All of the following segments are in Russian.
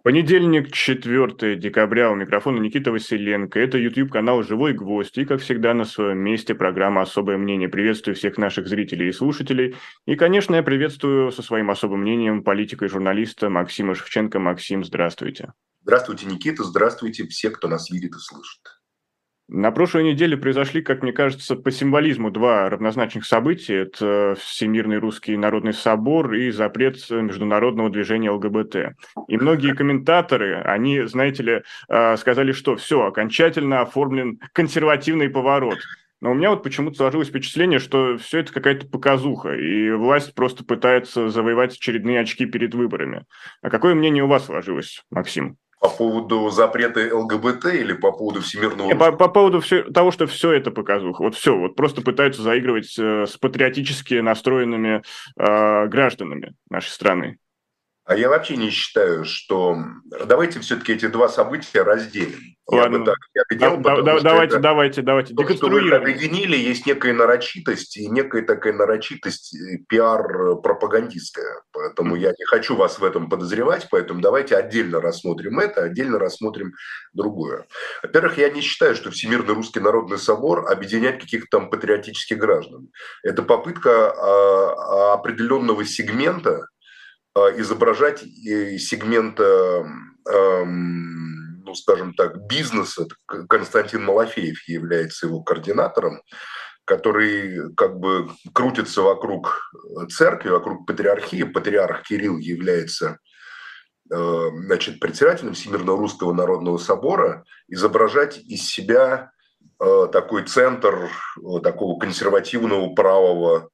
Понедельник, 4 декабря, у микрофона Никита Василенко. Это YouTube-канал «Живой гвоздь». И, как всегда, на своем месте программа «Особое мнение». Приветствую всех наших зрителей и слушателей. И, конечно, я приветствую со своим особым мнением политика и журналиста Максима Шевченко. Максим, здравствуйте. Здравствуйте, Никита. Здравствуйте все, кто нас видит и слышит. На прошлой неделе произошли, как мне кажется, по символизму два равнозначных события. Это Всемирный русский народный собор и запрет международного движения ЛГБТ. И многие комментаторы, они, знаете ли, сказали, что все, окончательно оформлен консервативный поворот. Но у меня вот почему-то сложилось впечатление, что все это какая-то показуха, и власть просто пытается завоевать очередные очки перед выборами. А какое мнение у вас сложилось, Максим? По поводу запрета ЛГБТ или по поводу всемирного По поводу того, что все это показуха. Вот все, вот просто пытаются заигрывать с патриотически настроенными гражданами нашей страны. А я вообще не считаю, что... Давайте все-таки эти два события разделим. Я бы Ладно, так не делал, потому что давайте, это... давайте, То, что вы деконструируем. объединили, есть некая нарочитость, и некая такая нарочитость пиар-пропагандистская. Поэтому я не хочу вас в этом подозревать, поэтому давайте отдельно рассмотрим это, отдельно рассмотрим другое. Во-первых, я не считаю, что Всемирный русский народный собор объединяет каких-то там патриотических граждан. Это попытка определенного сегмента изображать сегмента, ну, скажем так, бизнеса. Константин Малафеев является его координатором, который как бы крутится вокруг церкви, вокруг патриархии. Патриарх Кирилл является, значит, председателем Всемирного русского народного собора, изображать из себя такой центр такого консервативного правого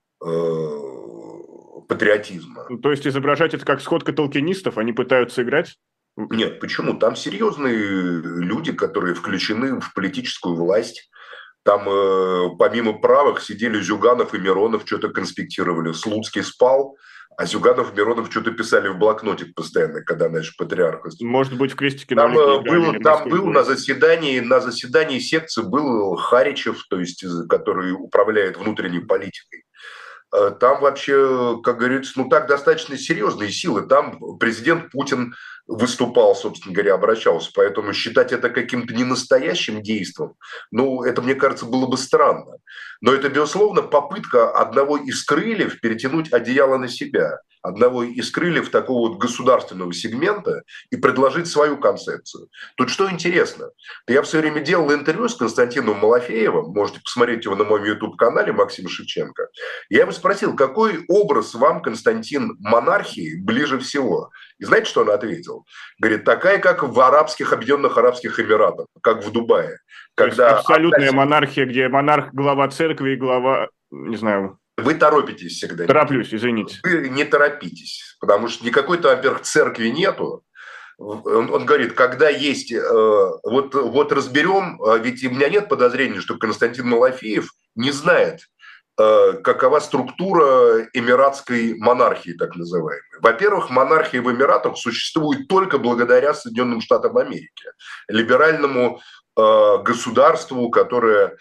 патриотизма. То есть изображать это как сходка толкинистов, они пытаются играть? Нет, почему? Там серьезные люди, которые включены в политическую власть. Там помимо правых сидели Зюганов и Миронов, что-то конспектировали. Слуцкий спал, а Зюганов и Миронов что-то писали в блокнотик постоянно, когда, значит, патриарх выступал. Может быть, в крестике-нолике играли или в Там Москве был бой. на заседании секции был Харичев, то есть, который управляет внутренней политикой. Там вообще, как говорится, ну так достаточно серьезные силы. Там президент Путин выступал, собственно говоря, обращался. Поэтому считать это каким-то ненастоящим действием, ну, это, мне кажется, было бы странно. Но это, безусловно, попытка одного из крыльев перетянуть одеяло на себя, одного из крыльев такого вот государственного сегмента и предложить свою концепцию. Тут что интересно, я в свое время делал интервью с Константином Малафеевым, можете посмотреть его на моем YouTube-канале Максим Шевченко. Я его спросил, какой образ вам, Константин, монархии ближе всего? И знаете, что он ответил? Говорит, такая, как в Объединенных Арабских Эмиратах, как в Дубае. То есть Когда абсолютная монархия, где монарх глава церкви и глава, не знаю, вы торопитесь всегда. тороплюсь, извините. Вы не торопитесь, потому что никакой-то, во-первых, церкви нету. Он говорит, когда есть, вот разберем, ведь у меня нет подозрений, что Константин Малафеев не знает, какова структура эмиратской монархии, так называемой. Во-первых, монархия в Эмиратах существует только благодаря Соединенным Штатам Америки, либеральному государству, которое,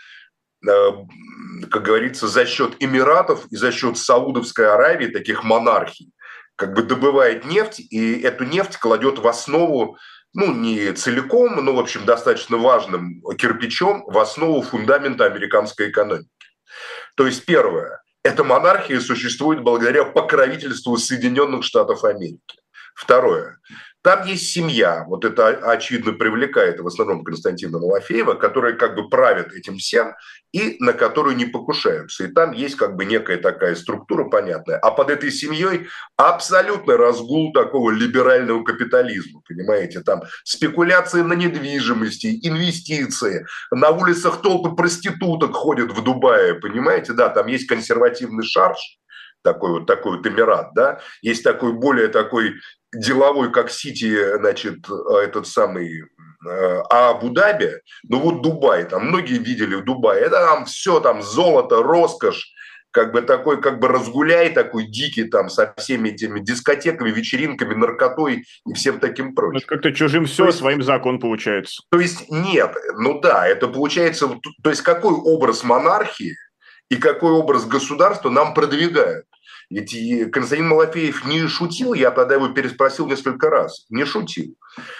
как говорится, за счет Эмиратов и за счет Саудовской Аравии, таких монархий, как бы добывает нефть, и эту нефть кладет в основу, ну, не целиком, но, в общем, достаточно важным кирпичом в основу фундамента американской экономики. То есть, первое, эта монархия существует благодаря покровительству Соединенных Штатов Америки. Второе, там есть семья, вот это очевидно привлекает в основном Константина Малафеева, которая как бы правит этим всем и на которую не покушаются. И там есть как бы некая такая структура понятная. А под этой семьей абсолютно разгул такого либерального капитализма, понимаете? Там спекуляции на недвижимости, инвестиции, на улицах толпы проституток ходят в Дубае, понимаете? Да, там есть консервативный шарж, такой вот Эмират, да, есть такой более такой деловой, как Сити, значит, этот самый Абу-Даби, ну вот Дубай, там многие видели в Дубае, это там все, там золото, роскошь, как бы такой, как бы разгуляй такой дикий там со всеми этими дискотеками, вечеринками, наркотой и всем таким прочим. Это как-то чужим все, а своим закон получается. То есть нет, ну да, это получается, то есть какой образ монархии и какой образ государства нам продвигают. Ведь Константин Малафеев не шутил, я тогда его переспросил несколько раз, не шутил.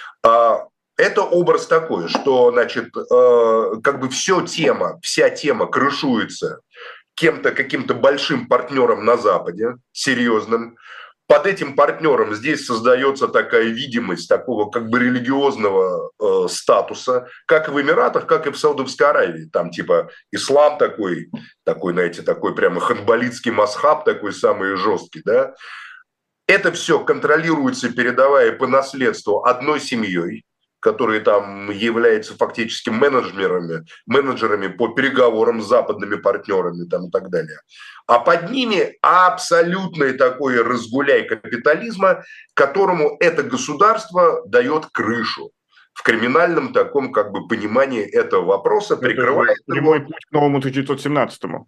Это образ такой, что, значит, как бы вся тема крышуется кем-то, каким-то большим партнером на Западе, серьезным. Под этим партнером здесь создается такая видимость такого как бы религиозного статуса, как и в Эмиратах, как и в Саудовской Аравии. Там типа ислам такой, знаете, такой прямо ханбалитский масхаб, такой самый жесткий, да. Это все контролируется, передавая по наследству одной семьей, которые там являются фактически менеджерами по переговорам с западными партнерами там, и так далее. А под ними абсолютный такой разгуляй капитализма, которому это государство дает крышу. В криминальном таком как бы понимании этого вопроса прикрывает прямой путь к новому 1917-му.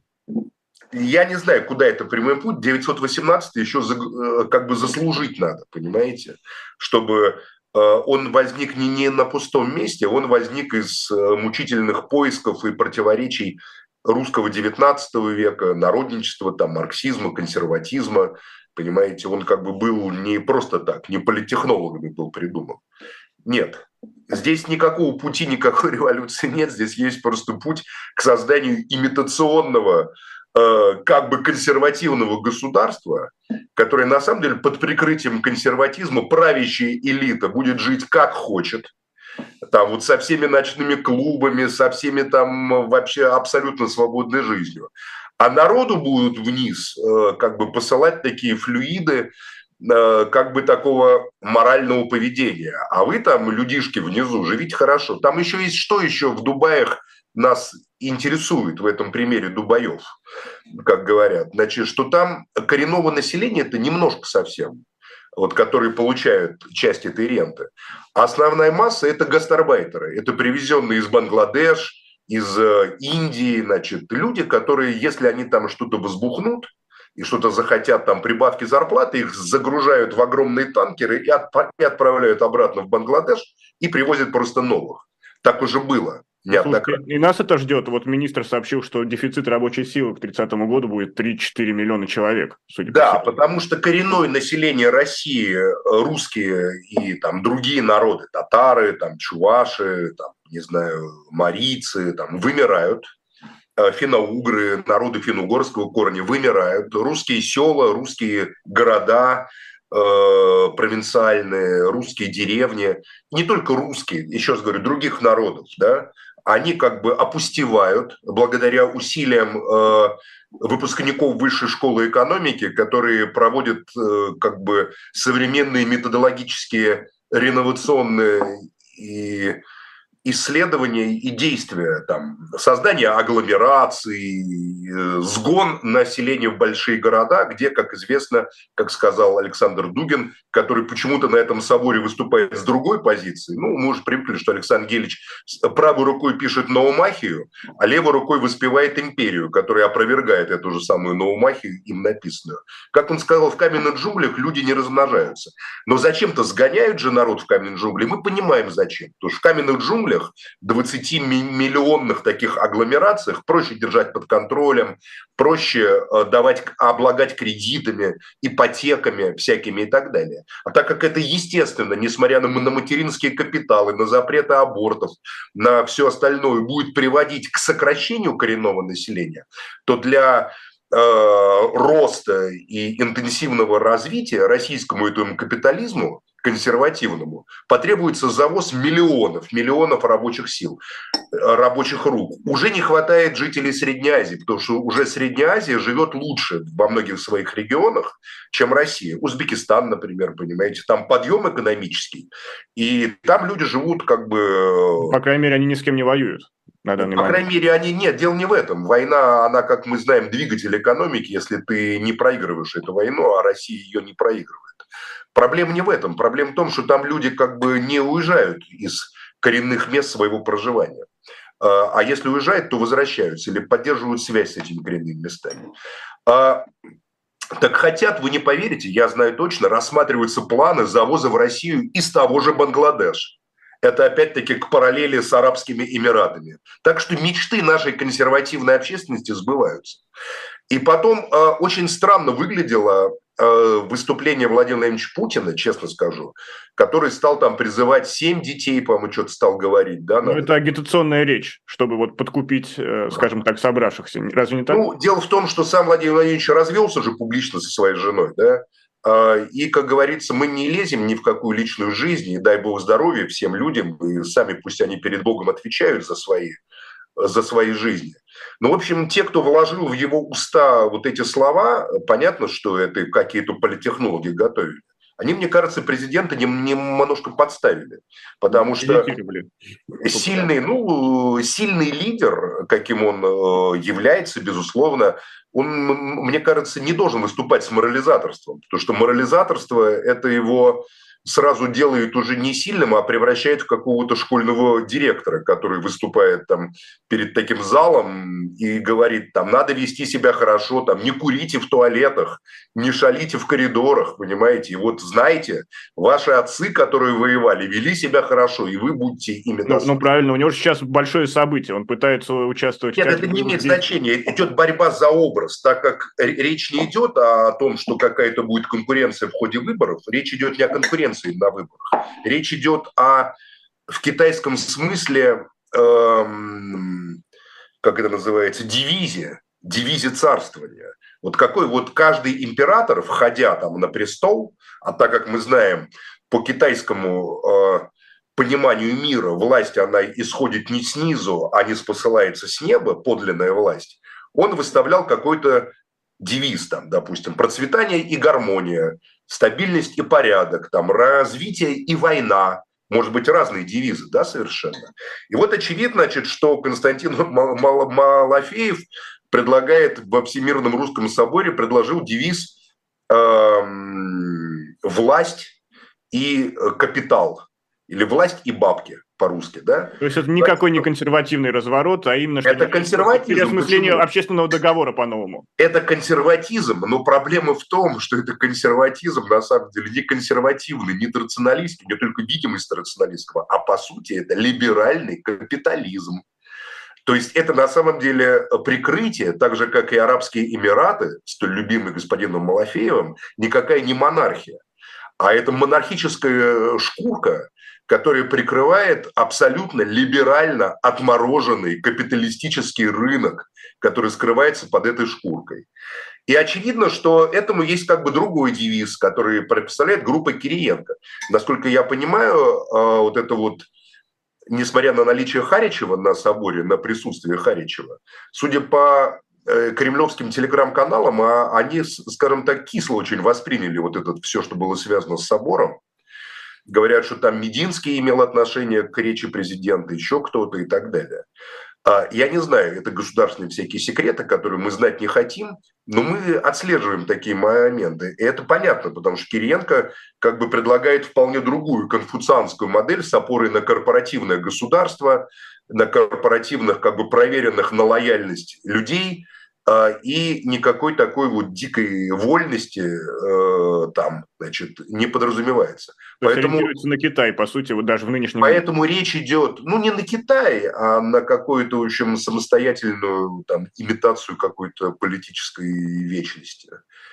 Я не знаю, куда это прямой путь. 918 еще как бы заслужить надо, понимаете? Чтобы он возник не на пустом месте, он возник из мучительных поисков и противоречий русского XIX века, народничества, там, марксизма, консерватизма. Понимаете, он как бы был не просто так, не политтехнологами был придуман. Нет, здесь никакого пути, никакой революции нет. Здесь есть просто путь к созданию имитационного как бы консервативного государства, которое на самом деле под прикрытием консерватизма правящая элита будет жить как хочет, там вот со всеми ночными клубами, со всеми там вообще абсолютно свободной жизнью. А народу будут вниз как бы посылать такие флюиды как бы такого морального поведения. А вы там, людишки внизу, живите хорошо. Там еще есть что еще в Дубаях нас интересует в этом примере Дубаев, как говорят. Значит, что там коренного населения это немножко совсем, вот, которые получают часть этой ренты. А основная масса – это гастарбайтеры, это привезенные из Бангладеш, из Индии, значит, люди, которые, если они там что-то возбухнут и что-то захотят, там, прибавки зарплаты, их загружают в огромные танкеры и отправляют обратно в Бангладеш и привозят просто новых. Так уже было. Слушайте, и нас это ждет. Вот министр сообщил, что дефицит рабочей силы к 30 году будет 3-4 миллиона человек. Да, потому что коренное население России, русские и там другие народы, татары, там, чуваши, там, не знаю, марийцы, там, вымирают. Финно-угры, народы финно-угорского корня вымирают. Русские села, русские города, провинциальные, русские деревни, не только русские, еще раз говорю, других народов, да, они как бы опустевают благодаря усилиям выпускников высшей школы экономики, которые проводят как бы современные методологические реновационные и исследования и действия, там, создание агломераций, сгон населения в большие города, где, как известно, как сказал Александр Дугин, который почему-то на этом соборе выступает с другой позиции. Ну, мы уже привыкли, что Александр Гелич правой рукой пишет наумахию, а левой рукой воспевает империю, которая опровергает эту же самую наумахию, им написанную. Как он сказал, в каменных джунглях люди не размножаются. Но зачем-то сгоняют же народ в каменные джунгли, мы понимаем зачем. Потому что в каменных джунглях 20-миллионных таких агломерациях проще держать под контролем, проще облагать кредитами, ипотеками всякими и так далее. А так как это естественно, несмотря на материнские капиталы, на запреты абортов, на все остальное, будет приводить к сокращению коренного населения, то для роста и интенсивного развития российскому этому капитализму консервативному потребуется завоз миллионов рабочих сил, рабочих рук. Уже не хватает жителей Средней Азии, потому что уже Средняя Азия живет лучше во многих своих регионах, чем Россия. Узбекистан, например, понимаете, там подъем экономический, и там люди живут как бы... По крайней мере, они ни с кем не воюют. По крайней мере, нет, дело не в этом. Война, она, как мы знаем, двигатель экономики, если ты не проигрываешь эту войну, а Россия ее не проигрывает. Проблема не в этом. Проблема в том, что там люди как бы не уезжают из коренных мест своего проживания. А если уезжают, то возвращаются или поддерживают связь с этими коренными местами. Так хотят, вы не поверите, я знаю точно, рассматриваются планы завоза в Россию из того же Бангладеша. Это опять-таки к параллели с Арабскими Эмиратами. Так что мечты нашей консервативной общественности сбываются. И потом очень странно выглядело выступление Владимира Владимировича Путина, честно скажу, который стал там призывать 7 детей, по-моему, что-то стал говорить. Да, Ну, это агитационная речь, чтобы вот подкупить, скажем так, собравшихся. Разве не так? Ну, дело в том, что сам Владимир Владимирович развелся же публично со своей женой, да, и, как говорится, мы не лезем ни в какую личную жизнь, и дай бог здоровья всем людям, и сами пусть они перед Богом отвечают за свои жизни. Ну, в общем, те, кто вложил в его уста вот эти слова, понятно, что это какие-то политтехнологи готовили. Они, мне кажется, президента немножко подставили, потому что сильный лидер, каким он является, безусловно, он, мне кажется, не должен выступать с морализаторством, потому что морализаторство – это его сразу делает уже не сильным, а превращает в какого-то школьного директора, который выступает там перед таким залом и говорит, там, надо вести себя хорошо, там, не курите в туалетах, не шалите в коридорах, понимаете? И вот знаете, ваши отцы, которые воевали, вели себя хорошо, и вы будете ими достойны. Ну, правильно, у него же сейчас большое событие, он пытается участвовать Нет, это не имеет значения. Идет борьба за образ, так как речь не идет о том, что какая-то будет конкуренция в ходе выборов, речь идет не о конкуренции на выборах, речь идет в китайском смысле, как это называется, девизе царствования. Вот какой вот каждый император, входя там на престол, а так как мы знаем по китайскому пониманию мира, власть, она исходит не снизу, а не спосылается с неба, подлинная власть, он выставлял какой-то девиз, там, допустим, процветание и гармония, стабильность и порядок, там, развитие и война. Может быть, разные девизы, да, совершенно. И вот очевидно, значит, что Константин Малафеев предлагает во Всемирном Русском Соборе, предложил девиз «власть и капитал». Или «власть и бабки» по-русски, да? То есть это никакой не консервативный разворот, а именно это консерватизм. Переосмысление общественного договора по-новому. Это консерватизм, но проблема в том, что это консерватизм на самом деле не консервативный, не традиционалистский, не только видимость традиционалистского, а по сути это либеральный капитализм. То есть это на самом деле прикрытие, так же как и Арабские Эмираты, столь любимые господином Малафеевым, никакая не монархия, а это монархическая шкурка, которая прикрывает абсолютно либерально отмороженный капиталистический рынок, который скрывается под этой шкуркой. И очевидно, что этому есть как бы другой девиз, который представляет группа Кириенко. Насколько я понимаю, вот это вот, несмотря на наличие Харичева на соборе, на присутствие Харичева, судя по кремлевским телеграм-каналам, они, скажем так, кисло очень восприняли вот это все, что было связано с собором. Говорят, что там Мединский имел отношение к речи президента, еще кто-то и так далее. Я не знаю, это государственные всякие секреты, которые мы знать не хотим, но мы отслеживаем такие моменты. И это понятно, потому что Кириенко как бы предлагает вполне другую конфуцианскую модель с опорой на корпоративное государство, на корпоративных, как бы проверенных на лояльность людей, и никакой такой вот дикой вольности там, значит, не подразумевается. То есть ориентируется на Китай, по сути, вот даже в нынешнем... Поэтому речь идет, ну, не на Китай, а на какую-то, в общем, самостоятельную там, имитацию какой-то политической вечности.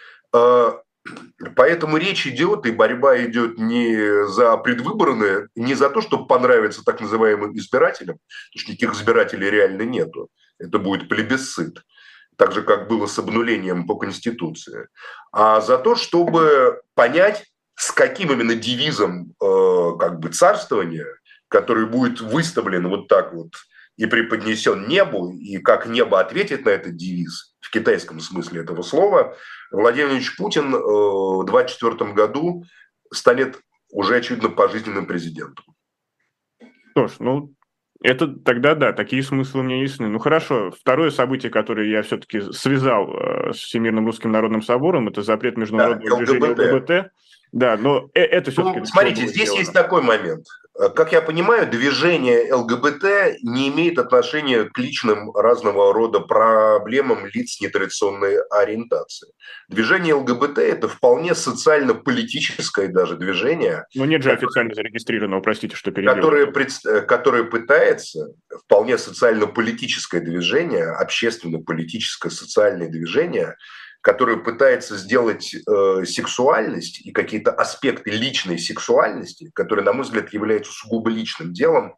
Поэтому речь идет, и борьба идет не за предвыборные, не за то, чтобы понравиться так называемым избирателям, потому что никаких избирателей реально нету. Это будет плебисцит. Так же, как было с обнулением по Конституции, а за то, чтобы понять, с каким именно девизом как бы царствования, который будет выставлен вот так вот и преподнесен небу, и как небо ответит на этот девиз, в китайском смысле этого слова, Владимир Владимирович Путин в 2024 году станет уже, очевидно, пожизненным президентом. Что ж, ну, это тогда, да, такие смыслы мне ясны. Ну, хорошо. Второе событие, которое я все-таки связал с Всемирным Русским Народным Собором, это запрет международного движения ЛГБТ. Да, но это все-таки... Ну, смотрите, здесь есть такой момент. Как я понимаю, движение ЛГБТ не имеет отношения к личным разного рода проблемам лиц нетрадиционной ориентации. Движение ЛГБТ – это вполне социально-политическое даже движение, Но нет же официально зарегистрированного, простите, что перебил. которое пытается, вполне социально-политическое движение, общественно-политическое социальное движение, которое пытается сделать сексуальность и какие-то аспекты личной сексуальности, которые, на мой взгляд, являются сугубо личным делом,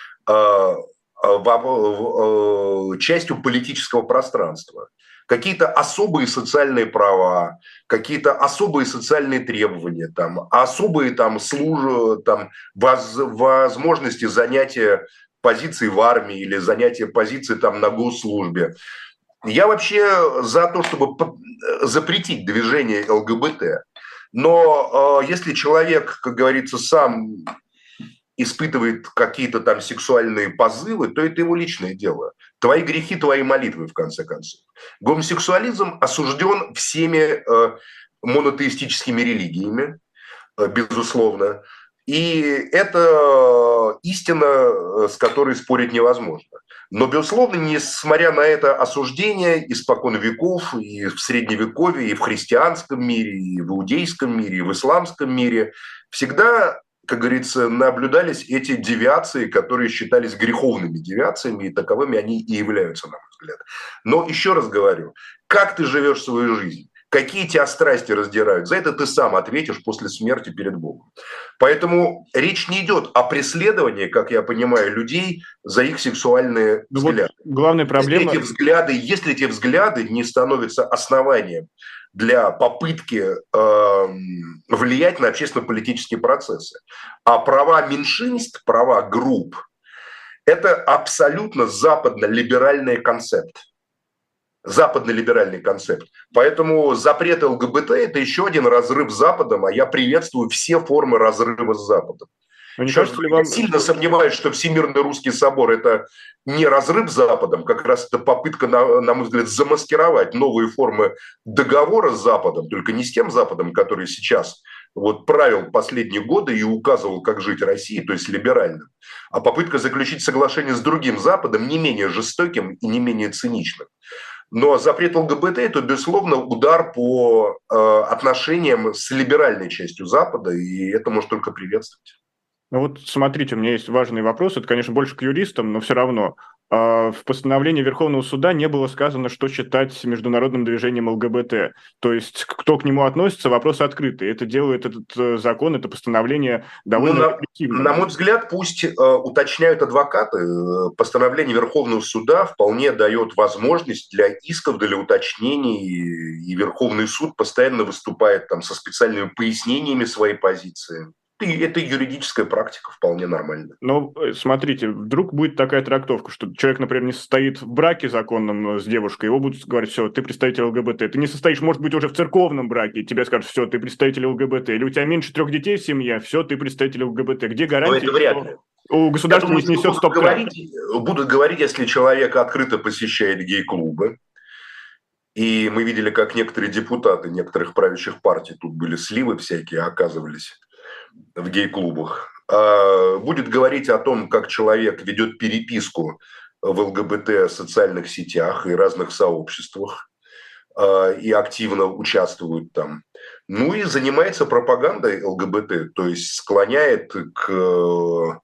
частью политического пространства. Какие-то особые социальные права, какие-то особые социальные требования, там, особые возможности занятия позиций в армии или занятия позиций там, на госслужбе. Я вообще за то, чтобы запретить движение ЛГБТ. Но если человек, как говорится, сам испытывает какие-то там сексуальные позывы, то это его личное дело. Твои грехи, твои молитвы, в конце концов. Гомосексуализм осужден всеми монотеистическими религиями, безусловно. И это истина, с которой спорить невозможно. Но, безусловно, несмотря на это осуждение испокон веков, и в Средневековье, и в христианском мире, и в иудейском мире, и в исламском мире, всегда, как говорится, наблюдались эти девиации, которые считались греховными девиациями, и таковыми они и являются, на мой взгляд. Но еще раз говорю, как ты живешь свою жизнь? Какие тебя страсти раздирают? За это ты сам ответишь после смерти перед Богом. Поэтому речь не идет о преследовании, как я понимаю, людей за их сексуальные взгляды. Вот главная проблема... Если эти взгляды не становятся основанием для попытки влиять на общественно-политические процессы, а права меньшинств, права групп – это абсолютно западно-либеральный концепт. Западно-либеральный концепт. Поэтому запрет ЛГБТ – это еще один разрыв с Западом, а я приветствую все формы разрыва с Западом. Я сильно сомневаюсь, что Всемирный Русский Собор – это не разрыв с Западом, как раз это попытка, на мой взгляд, замаскировать новые формы договора с Западом, только не с тем Западом, который сейчас вот правил последние годы и указывал, как жить России, то есть либеральным, а попытка заключить соглашение с другим Западом, не менее жестоким и не менее циничным. Но запрет ЛГБТ – это, безусловно, удар по отношениям с либеральной частью Запада, и это может только приветствовать. Ну вот смотрите, у меня есть важный вопрос, это, конечно, больше к юристам, но все равно. В постановлении Верховного суда не было сказано, что считать международным движением ЛГБТ. То есть кто к нему относится, вопрос открытый. Это делает этот закон, это постановление довольно репрессивным. На мой взгляд, пусть уточняют адвокаты. Постановление Верховного суда вполне дает возможность для исков, для уточнений, и Верховный суд постоянно выступает там со специальными пояснениями своей позиции. И это юридическая практика вполне нормальная. Но смотрите, вдруг будет такая трактовка, что человек, например, не состоит в браке законном с девушкой, его будут говорить: все, ты представитель ЛГБТ. Ты не состоишь, может быть, уже в церковном браке, тебе скажут: все, ты представитель ЛГБТ. Или у тебя меньше 3 детей в семье, все, ты представитель ЛГБТ. Где гарантия, что у государства не снесет стоп-кран? Будут говорить, если человек открыто посещает гей-клубы. И мы видели, как некоторые депутаты некоторых правящих партий, тут были сливы всякие, оказывались в гей-клубах, будет говорить о том, как человек ведет переписку в ЛГБТ социальных сетях и разных сообществах, и активно участвует там. Ну и занимается пропагандой ЛГБТ, то есть склоняет к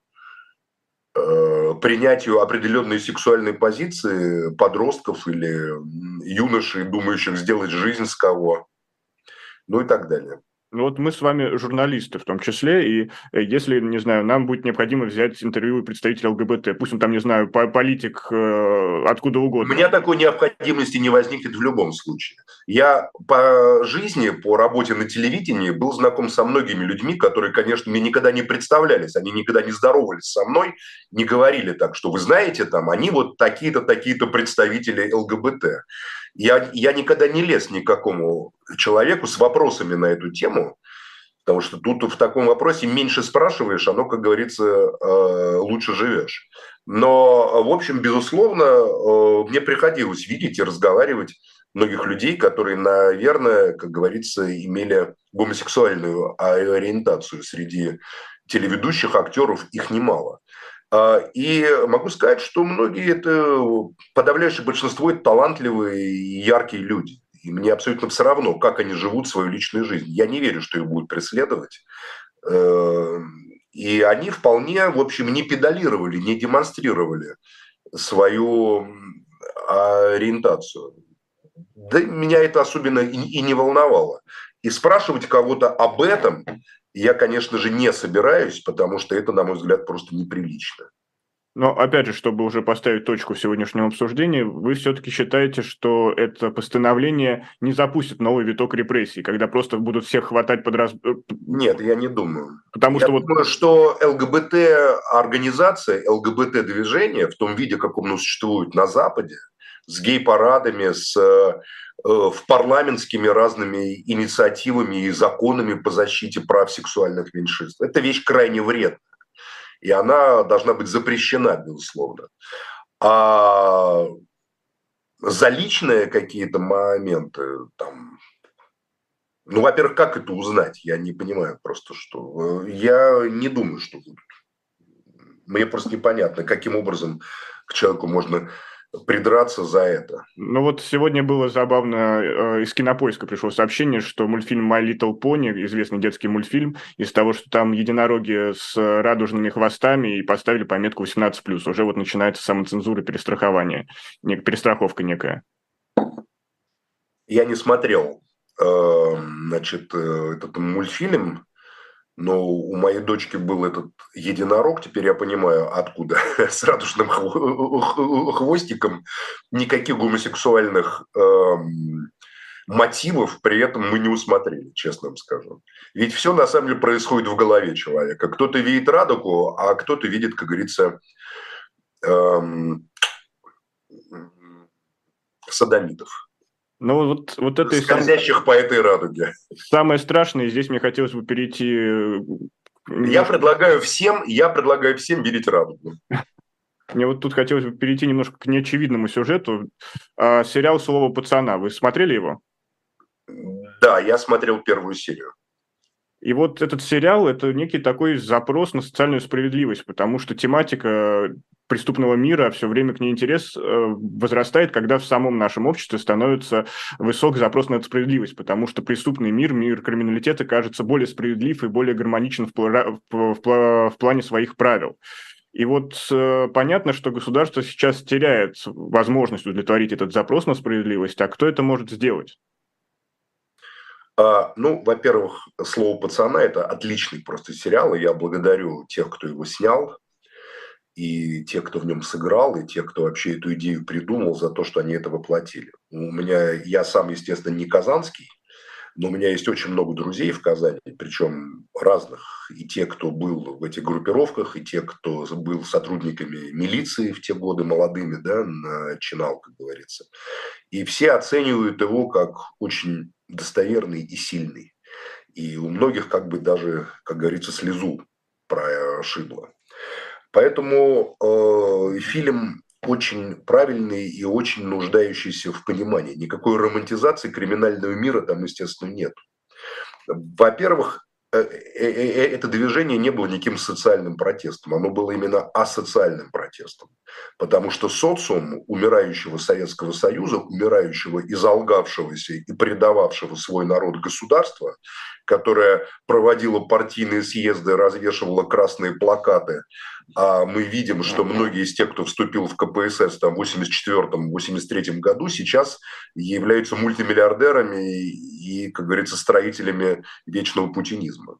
принятию определенной сексуальной позиции подростков или юношей, думающих сделать жизнь с кого, ну и так далее. Ну вот мы с вами журналисты в том числе, и если, не знаю, нам будет необходимо взять интервью у представителя ЛГБТ, пусть он там, не знаю, политик откуда угодно. У меня такой необходимости не возникнет в любом случае. Я по жизни, по работе на телевидении был знаком со многими людьми, которые, конечно, мне никогда не представлялись, они никогда не здоровались со мной, не говорили так, что вы знаете, там, они вот такие-то, такие-то представители ЛГБТ. Я никогда не лез ни к какому человеку с вопросами на эту тему, потому что тут в таком вопросе меньше спрашиваешь, оно, как говорится, лучше живешь. Но, в общем, безусловно, мне приходилось видеть и разговаривать многих людей, которые, наверное, как говорится, имели гомосексуальную ориентацию среди телеведущих, актеров, их немало. И могу сказать, что многие это, подавляющее большинство, это талантливые и яркие люди. И мне абсолютно все равно, как они живут свою личную жизнь. Я не верю, что их будут преследовать. И они вполне, в общем, не педалировали, не демонстрировали свою ориентацию. Да меня это особенно и не волновало. И спрашивать кого-то об этом я, конечно же, не собираюсь, потому что это, на мой взгляд, просто неприлично. Но, опять же, чтобы уже поставить точку в сегодняшнем обсуждении, вы все-таки считаете, что это постановление не запустит новый виток репрессий, когда просто будут всех хватать Нет, я не думаю. Потому Я что вот... думаю, что ЛГБТ-организация, ЛГБТ-движение в том виде, как оно существует на Западе, с гей-парадами, в парламентскими разными инициативами и законами по защите прав сексуальных меньшинств, это вещь крайне вредная. И она должна быть запрещена, безусловно. А за личные какие-то моменты, там, ну, во-первых, как это узнать? Я не понимаю просто, что... Я не думаю, что будут. Мне просто непонятно, каким образом к человеку можно придраться за это. Ну вот сегодня было забавно, из Кинопоиска пришло сообщение, что мультфильм My Little Pony, известный детский мультфильм, из того, что там единороги с радужными хвостами, и поставили пометку 18+. Уже вот начинается самоцензура, перестрахование, перестраховка некая. Я не смотрел, значит, этот мультфильм, но у моей дочки был этот единорог, теперь я понимаю, откуда, с радужным хвостиком, никаких гомосексуальных мотивов при этом мы не усмотрели, честно вам скажу. Ведь все на самом деле происходит в голове человека. Кто-то видит радугу, а кто-то видит, как говорится, садомитов. Ну вот это и скользящих по этой радуге. Самое страшное, здесь мне хотелось бы перейти... Я предлагаю всем видеть радугу. Мне вот тут хотелось бы перейти немножко к неочевидному сюжету. Сериал «Слово пацана». Вы смотрели его? Да, я смотрел первую серию. И вот этот сериал – это некий такой запрос на социальную справедливость, потому что тематика преступного мира, все время к ней интерес возрастает, когда в самом нашем обществе становится высок запрос на справедливость, потому что преступный мир, мир криминалитета кажется более справедлив и более гармоничен в плане своих правил. И вот понятно, что государство сейчас теряет возможность удовлетворить этот запрос на справедливость, а кто это может сделать? Ну, во-первых, «Слово пацана» – это отличный просто сериал, и я благодарю тех, кто его снял, и тех, кто в нем сыграл, и тех, кто вообще эту идею придумал, за то, что они это воплотили. Я сам, естественно, не казанский, но у меня есть очень много друзей в Казани, причем разных. И те, кто был в этих группировках, и те, кто был сотрудниками милиции в те годы молодыми, да, начинал, как говорится. И все оценивают его как очень достоверный и сильный. И у многих как бы даже, как говорится, слезу прошибло. Поэтому фильм очень правильный и очень нуждающийся в понимании. Никакой романтизации криминального мира там, естественно, нет. Во-первых, это движение не было никаким социальным протестом, оно было именно асоциальным протестом. Потому что социум умирающего Советского Союза, умирающего, изолгавшегося и предававшего свой народ государства, которое проводило партийные съезды, развешивало красные плакаты, а мы видим, что многие из тех, кто вступил в КПСС там, в 1984-1983 году, сейчас являются мультимиллиардерами и, как говорится, строителями вечного путинизма.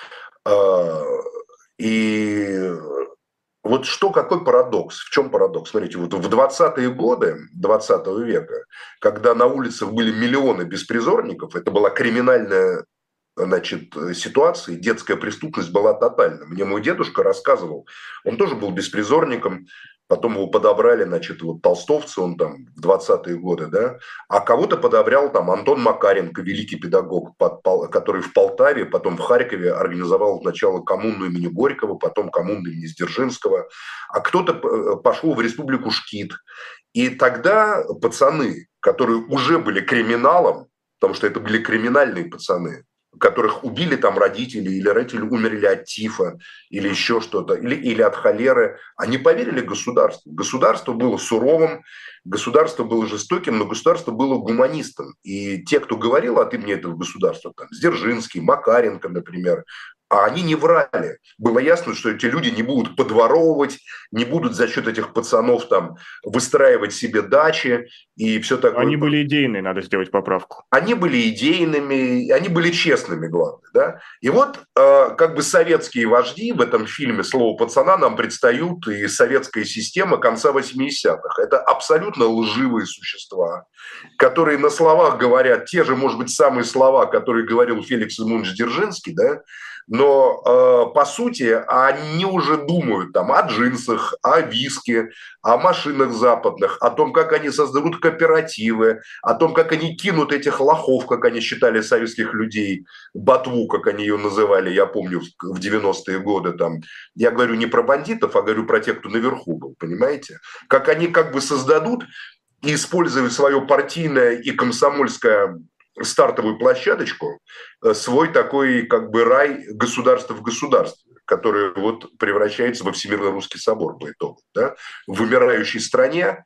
И вот что, какой парадокс? В чем парадокс? Смотрите, вот в 20-е годы 20 века, когда на улицах были миллионы беспризорников, это была криминальная, значит, ситуация, детская преступность была тотальна. Мне мой дедушка рассказывал, он тоже был беспризорником, потом его подобрали, значит, вот толстовцы, он там в 20-е годы, да, а кого-то подобрал там Антон Макаренко, великий педагог, который в Полтаве, потом в Харькове организовал сначала коммуну имени Горького, потом коммуну имени Дзержинского, а кто-то пошел в республику Шкит. И тогда пацаны, которые уже были криминалом, потому что это были криминальные пацаны, которых убили там родители, или родители умерли от тифа, или еще что-то, или от холеры, они поверили государству. Государство было суровым, государство было жестоким, но государство было гуманистом. И те, кто говорил от имени этого государства, там, Дзержинский, Макаренко, например, а они не врали. Было ясно, что эти люди не будут подворовывать, не будут за счет этих пацанов там выстраивать себе дачи и все такое. Они были идейные, надо сделать поправку. Они были идейными, они были честными, главное. Да? И вот как бы советские вожди в этом фильме «Слово пацана» нам предстают, и советская система конца 80-х. Это абсолютно лживые существа, которые на словах говорят те же, может быть, самые слова, которые говорил Феликс Эдмундович Дзержинский, да? Но по сути они уже думают там о джинсах, о виске, о машинах западных, о том, как они создадут кооперативы, о том, как они кинут этих лохов, как они считали советских людей, ботву, как они ее называли, я помню, в 90-е годы. Там. Я говорю не про бандитов, а говорю про тех, кто наверху был, понимаете? Как они как бы создадут и используют свое партийное и комсомольское стартовую площадочку, свой такой как бы рай государства в государстве, который вот превращается во Всемирный русский собор по итогу. Да? В вымирающей стране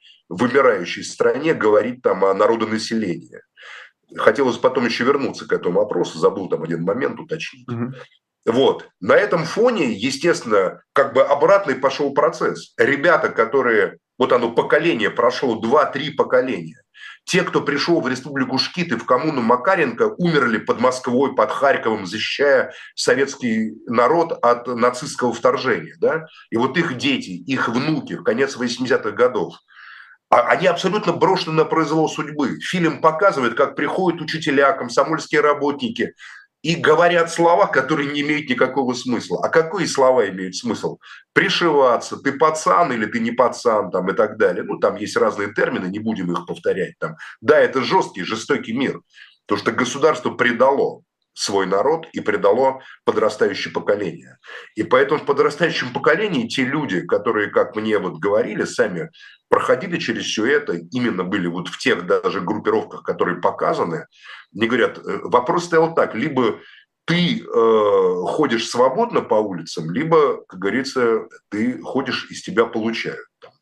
говорить там о народонаселении. Хотелось потом еще вернуться к этому вопросу, забыл там один момент уточнить. Вот. На этом фоне, естественно, как бы обратный пошел процесс. Ребята, которые, вот оно поколение прошло, 2-3 поколения, те, кто пришел в республику Шкиты, в коммуну Макаренко, умерли под Москвой, под Харьковом, защищая советский народ от нацистского вторжения. Да? И вот их дети, их внуки, в конец 80-х годов, они абсолютно брошены на произвол судьбы. Фильм показывает, как приходят учителя, комсомольские работники и говорят слова, которые не имеют никакого смысла. А какие слова имеют смысл? Пришиваться, ты пацан или ты не пацан, там, и так далее. Ну, там есть разные термины, не будем их повторять. Там. Да, это жесткий, жестокий мир, потому что государство предало свой народ и предало подрастающее поколение. И поэтому в подрастающем поколении те люди, которые, как мне вот говорили, сами проходили через все это, именно были вот в тех даже группировках, которые показаны, мне говорят, вопрос стоял так, либо ты ходишь свободно по улицам, либо, как говорится, ты ходишь, из тебя получают. Там,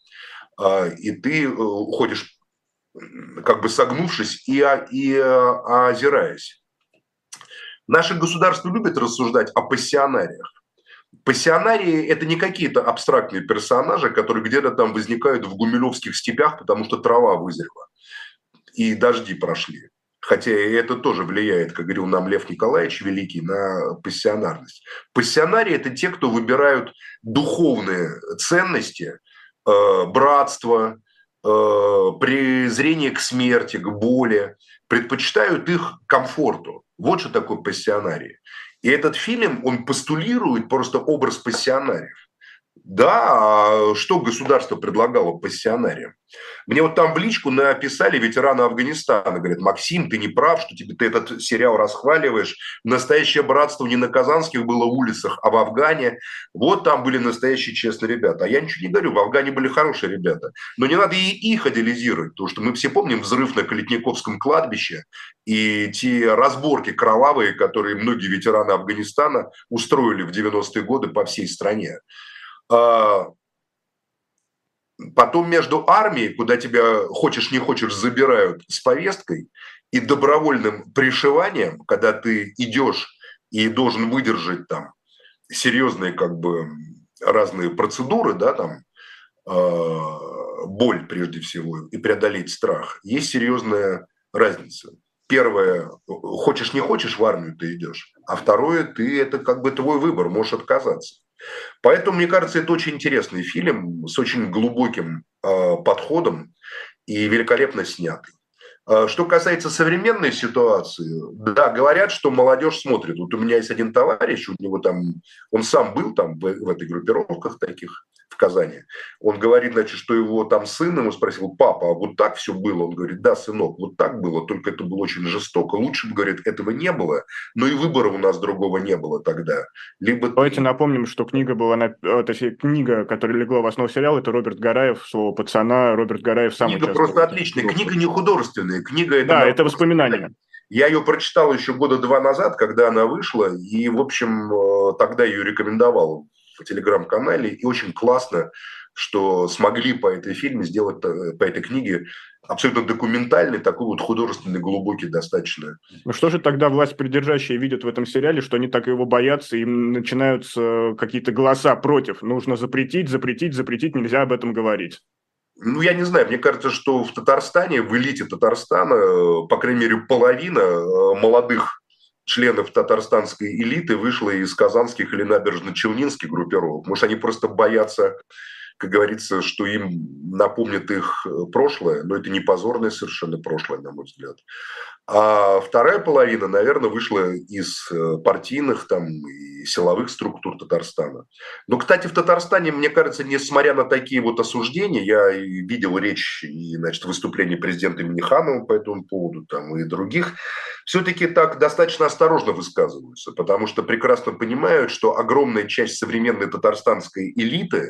да? И ты ходишь как бы согнувшись и озираясь. Наше государство любит рассуждать о пассионариях. Пассионарии – это не какие-то абстрактные персонажи, которые где-то там возникают в гумилевских степях, потому что трава вызрела и дожди прошли. Хотя и это тоже влияет, как говорил нам Лев Николаевич Великий, на пассионарность. Пассионарии – это те, кто выбирают духовные ценности, братство, презрение к смерти, к боли, предпочитают их комфорту. Вот что такое пассионарии. И этот фильм, он постулирует просто образ пассионариев. Да, а что государство предлагало пассионариям? Мне вот там в личку написали ветераны Афганистана. Говорят, Максим, ты не прав, что ты этот сериал расхваливаешь. Настоящее братство не на Казанских было улицах, а в Афгане. Вот там были настоящие честные ребята. А я ничего не говорю, в Афгане были хорошие ребята. Но не надо и их идеализировать, потому что мы все помним взрыв на Калитниковском кладбище и те разборки кровавые, которые многие ветераны Афганистана устроили в 90-е годы по всей стране. Потом между армией, куда тебя хочешь не хочешь забирают с повесткой, и добровольным пришиванием, когда ты идешь и должен выдержать там серьезные как бы разные процедуры, да, там боль прежде всего и преодолеть страх, есть серьезная разница. Первое, хочешь не хочешь, в армию ты идешь, а второе, ты это как бы твой выбор, можешь отказаться. Поэтому, мне кажется, это очень интересный фильм с очень глубоким подходом и великолепно снятый. Что касается современной ситуации, да, говорят, что молодежь смотрит. Вот у меня есть один товарищ, у него там, он сам был там в этой группировках таких в Казани. Он говорит, значит, что его там сын ему спросил: папа, а вот так все было? Он говорит: да, сынок, вот так было, только это было очень жестоко. Лучше бы, говорит, этого не было, но и выбора у нас другого не было тогда. Либо давайте напомним, что книга была, точнее, книга, которая легла в основу сериала, это Роберт Гараев, «Слово пацана». Роберт Гараев сам книга участвовал. просто отличная. Книга не художественная, книга это... Да, это воспоминания. Я ее прочитал еще года 2 назад, когда она вышла, и, в общем, тогда ее рекомендовал в телеграм-канале, и очень классно, что смогли по этой фильме сделать, по этой книге абсолютно документальный, такой вот художественный, глубокий достаточно. Ну что же тогда власть придержащие видят в этом сериале, что они так его боятся, и начинаются какие-то голоса против? Нужно запретить, запретить, запретить, нельзя об этом говорить. Ну, я не знаю, мне кажется, что в Татарстане, в элите Татарстана, по крайней мере, половина молодых членов татарстанской элиты вышла из казанских или набережно-челнинских группировок. Может, они просто боятся, как говорится, что им напомнит их прошлое, но это не позорное совершенно прошлое, на мой взгляд. А вторая половина, наверное, вышла из партийных там, и силовых структур Татарстана. Но, кстати, в Татарстане, мне кажется, несмотря на такие вот осуждения, я видел речь и, значит, выступление президента Миниханова по этому поводу там, и других, все-таки так достаточно осторожно высказываются, потому что прекрасно понимают, что огромная часть современной татарстанской элиты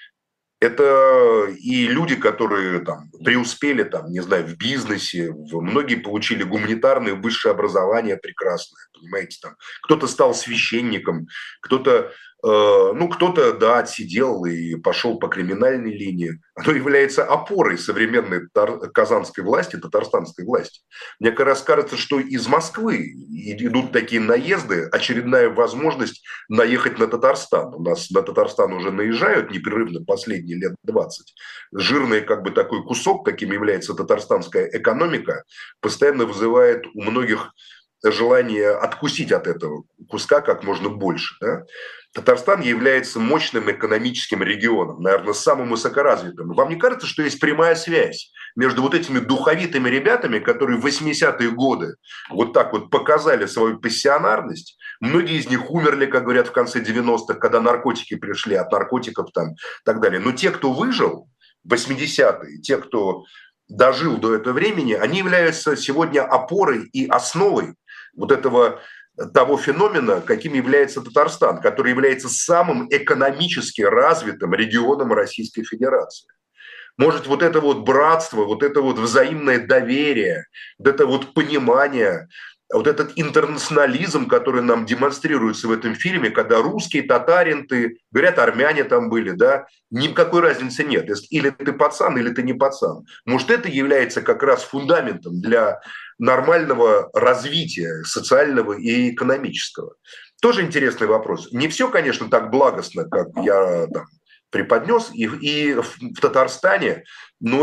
это и люди, которые там преуспели, там, не знаю, в бизнесе, многие получили гуманитарное высшее образование прекрасное, понимаете, там, кто-то стал священником, кто-то, кто-то, да, отсидел и пошел по криминальной линии. Оно является опорой современной казанской власти, татарстанской власти. Мне как раз кажется, что из Москвы идут такие наезды, очередная возможность наехать на Татарстан. У нас на Татарстан уже наезжают непрерывно последние лет 20. Жирный как бы такой кусок, каким является татарстанская экономика, постоянно вызывает у многих желание откусить от этого куска как можно больше. Да? Татарстан является мощным экономическим регионом, наверное, самым высокоразвитым. Вам не кажется, что есть прямая связь между вот этими духовитыми ребятами, которые в 80-е годы вот так вот показали свою пассионарность? Многие из них умерли, как говорят, в конце 90-х, когда наркотики пришли, от наркотиков там и так далее. Но те, кто выжил в 80-е, те, кто дожил до этого времени, они являются сегодня опорой и основой вот этого того феномена, каким является Татарстан, который является самым экономически развитым регионом Российской Федерации. Может, вот это вот братство, вот это вот взаимное доверие, вот это вот понимание, вот этот интернационализм, который нам демонстрируется в этом фильме, когда русский, татарин ты, говорят, армяне там были, да, никакой разницы нет. Или ты пацан, или ты не пацан. Может, это является как раз фундаментом для нормального развития социального и экономического. Тоже интересный вопрос. Не все, конечно, так благостно, как я там преподнес и в Татарстане, но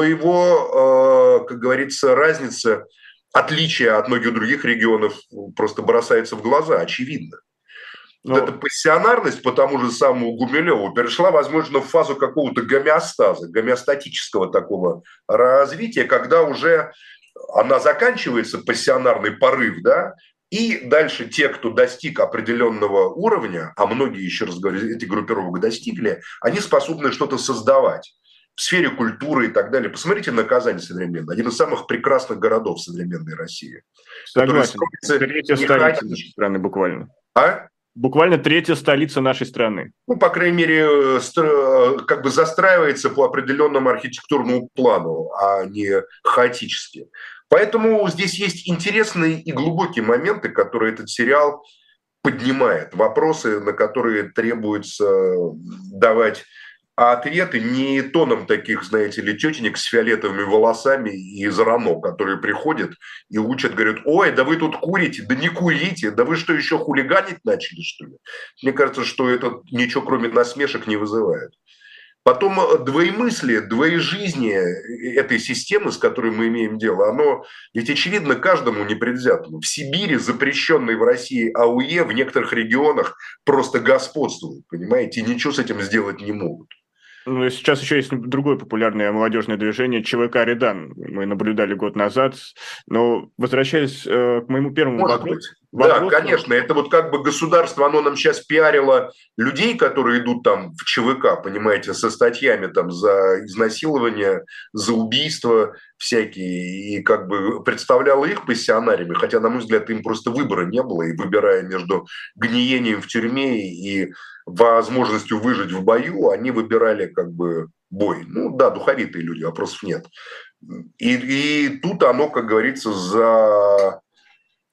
его, как говорится, разница, отличие от многих других регионов просто бросается в глаза, очевидно. Вот эта пассионарность по тому же самому Гумилеву перешла, возможно, в фазу какого-то гомеостаза, гомеостатического такого развития, когда уже она заканчивается, пассионарный порыв, да, и дальше те, кто достиг определенного уровня, а многие, еще раз говорю, эти группировок достигли, они способны что-то создавать в сфере культуры и так далее. Посмотрите на Казань современную, один из самых прекрасных городов современной России. Согласен. Третья столица нашей страны буквально. А? Буквально третья столица нашей страны. Ну, по крайней мере, как бы застраивается по определенному архитектурному плану, а не хаотически. Поэтому здесь есть интересные и глубокие моменты, которые этот сериал поднимает. Вопросы, на которые требуется давать ответы не тоном таких, знаете ли, тетенек с фиолетовыми волосами из РАНО, которые приходят и учат, говорят, ой, да вы тут курите, да не курите, да вы что, еще хулиганить начали, что ли? Мне кажется, что это ничего кроме насмешек не вызывает. Потом двоемыслие, двоежизние этой системы, с которой мы имеем дело, оно ведь очевидно каждому непредвзятому. В Сибири, запрещенной в России АУЕ, в некоторых регионах просто господствует, понимаете, и ничего с этим сделать не могут. Ну, сейчас еще есть другое популярное молодежное движение ЧВК «Редан». Мы наблюдали год назад. Но возвращаясь к моему первому вопросу. Да, конечно. Это вот как бы государство, оно нам сейчас пиарило людей, которые идут там в ЧВК, понимаете, со статьями там за изнасилование, за убийство всякие, и как бы представляло их пассионариями, хотя, на мой взгляд, им просто выбора не было, и выбирая между гниением в тюрьме и возможностью выжить в бою, они выбирали как бы бой. Ну да, духовитые люди, вопросов нет. И тут оно, как говорится,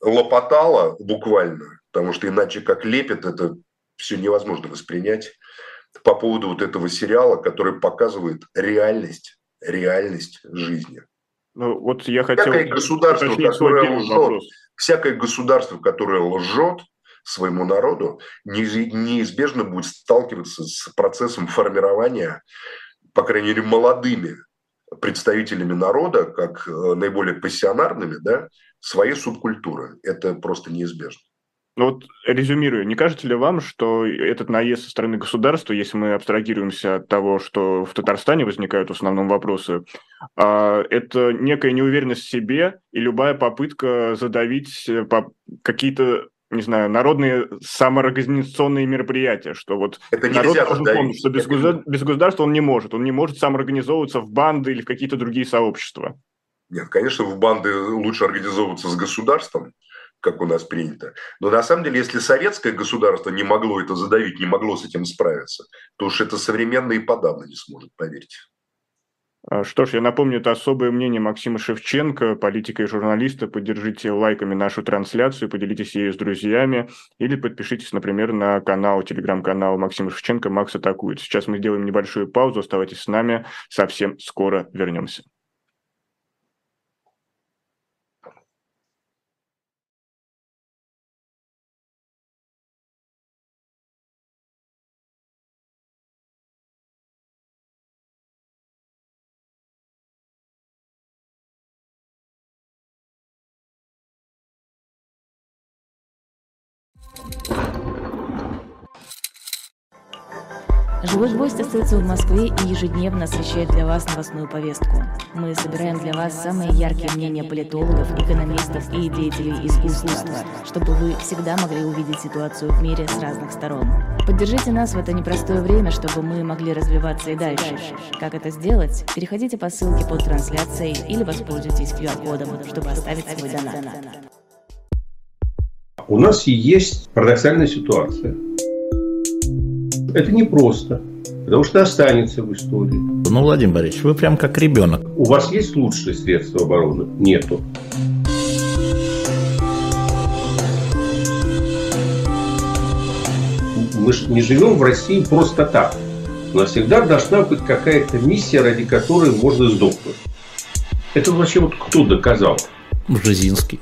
лопотала буквально, потому что иначе как лепит, это все невозможно воспринять, по поводу вот этого сериала, который показывает реальность жизни. Ну, вот я хотел Всякое государство, уточнить свой которое первый лжет, вопрос. всякое государство, которое лжет своему народу, неизбежно будет сталкиваться с процессом формирования, по крайней мере, молодыми представителями народа, как наиболее пассионарными, да, своей субкультуры. Это просто неизбежно. Ну вот резюмируя, не кажется ли вам, что этот наезд со стороны государства, если мы абстрагируемся от того, что в Татарстане возникают в основном вопросы, это некая неуверенность в себе и любая попытка задавить какие-то, не знаю, народные самоорганизационные мероприятия, что вот Это народ нельзя должен помнить, задавить. что без государства он не может самоорганизовываться в банды или в какие-то другие сообщества. Нет, конечно, в банды лучше организовываться с государством, как у нас принято. Но на самом деле, если советское государство не могло это задавить, не могло с этим справиться, то уж это современное и подавно не сможет, поверьте. Что ж, я напомню, это особое мнение Максима Шевченко, политика и журналиста. Поддержите лайками нашу трансляцию, поделитесь ею с друзьями или подпишитесь, например, на канал, телеграм-канал Максима Шевченко «Макс атакует». Сейчас мы сделаем небольшую паузу, оставайтесь с нами, совсем скоро вернемся. Живой гвоздь остается в Москве и ежедневно освещает для вас новостную повестку. Мы собираем для вас самые яркие мнения политологов, экономистов и деятелей искусства, чтобы вы всегда могли увидеть ситуацию в мире с разных сторон. Поддержите нас в это непростое время, чтобы мы могли развиваться и дальше. Как это сделать? Переходите по ссылке под трансляцией или воспользуйтесь QR-кодом, чтобы оставить свой донат. У нас есть парадоксальная ситуация. Это непросто, потому что останется в истории. Ну, Владимир Борисович, вы прям как ребенок. У вас есть лучшие средства обороны? Нету. Мы же не живем в России просто так. У нас всегда должна быть какая-то миссия, ради которой можно сдохнуть. Это вообще вот кто доказал? Бжезинский.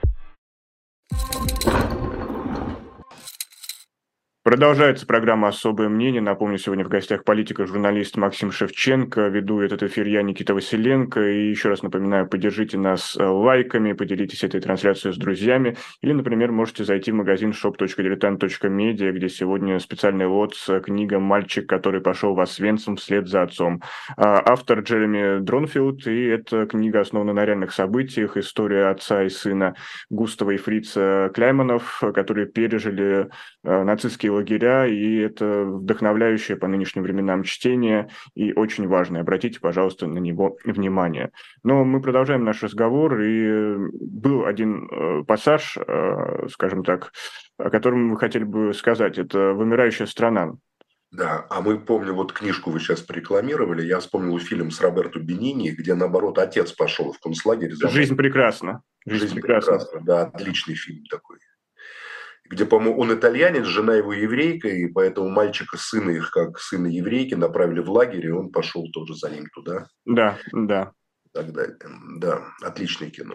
Продолжается программа «Особое мнение». Напомню, сегодня в гостях политик и журналист Максим Шевченко. Веду этот эфир я, Никита Василенко. И еще раз напоминаю, поддержите нас лайками, поделитесь этой трансляцией с друзьями. Или, например, можете зайти в магазин shop.diletant.media, где сегодня специальный лот с книга «Мальчик, который пошел в Освенцим вслед за отцом». Автор Джереми Дронфилд, и эта книга основана на реальных событиях. История отца и сына Густава и Фрица Кляйманов, которые пережили нацистские лагеря, и это вдохновляющее по нынешним временам чтение и очень важное. Обратите, пожалуйста, на него внимание. Но мы продолжаем наш разговор, и был один пассаж, скажем так, о котором мы хотели бы сказать. Это «Вымирающая страна». Да, а мы помним, вот книжку вы сейчас порекламировали, я вспомнил фильм с Роберто Бенини, где, наоборот, отец пошел в концлагерь. «Жизнь прекрасна». «Жизнь прекрасна», да, отличный фильм такой. Где, по-моему, он итальянец, жена его еврейка, и поэтому мальчика, сына их, как сына еврейки, направили в лагерь, и он пошел тоже за ним туда. Да, да. И так далее. Да, отличное кино.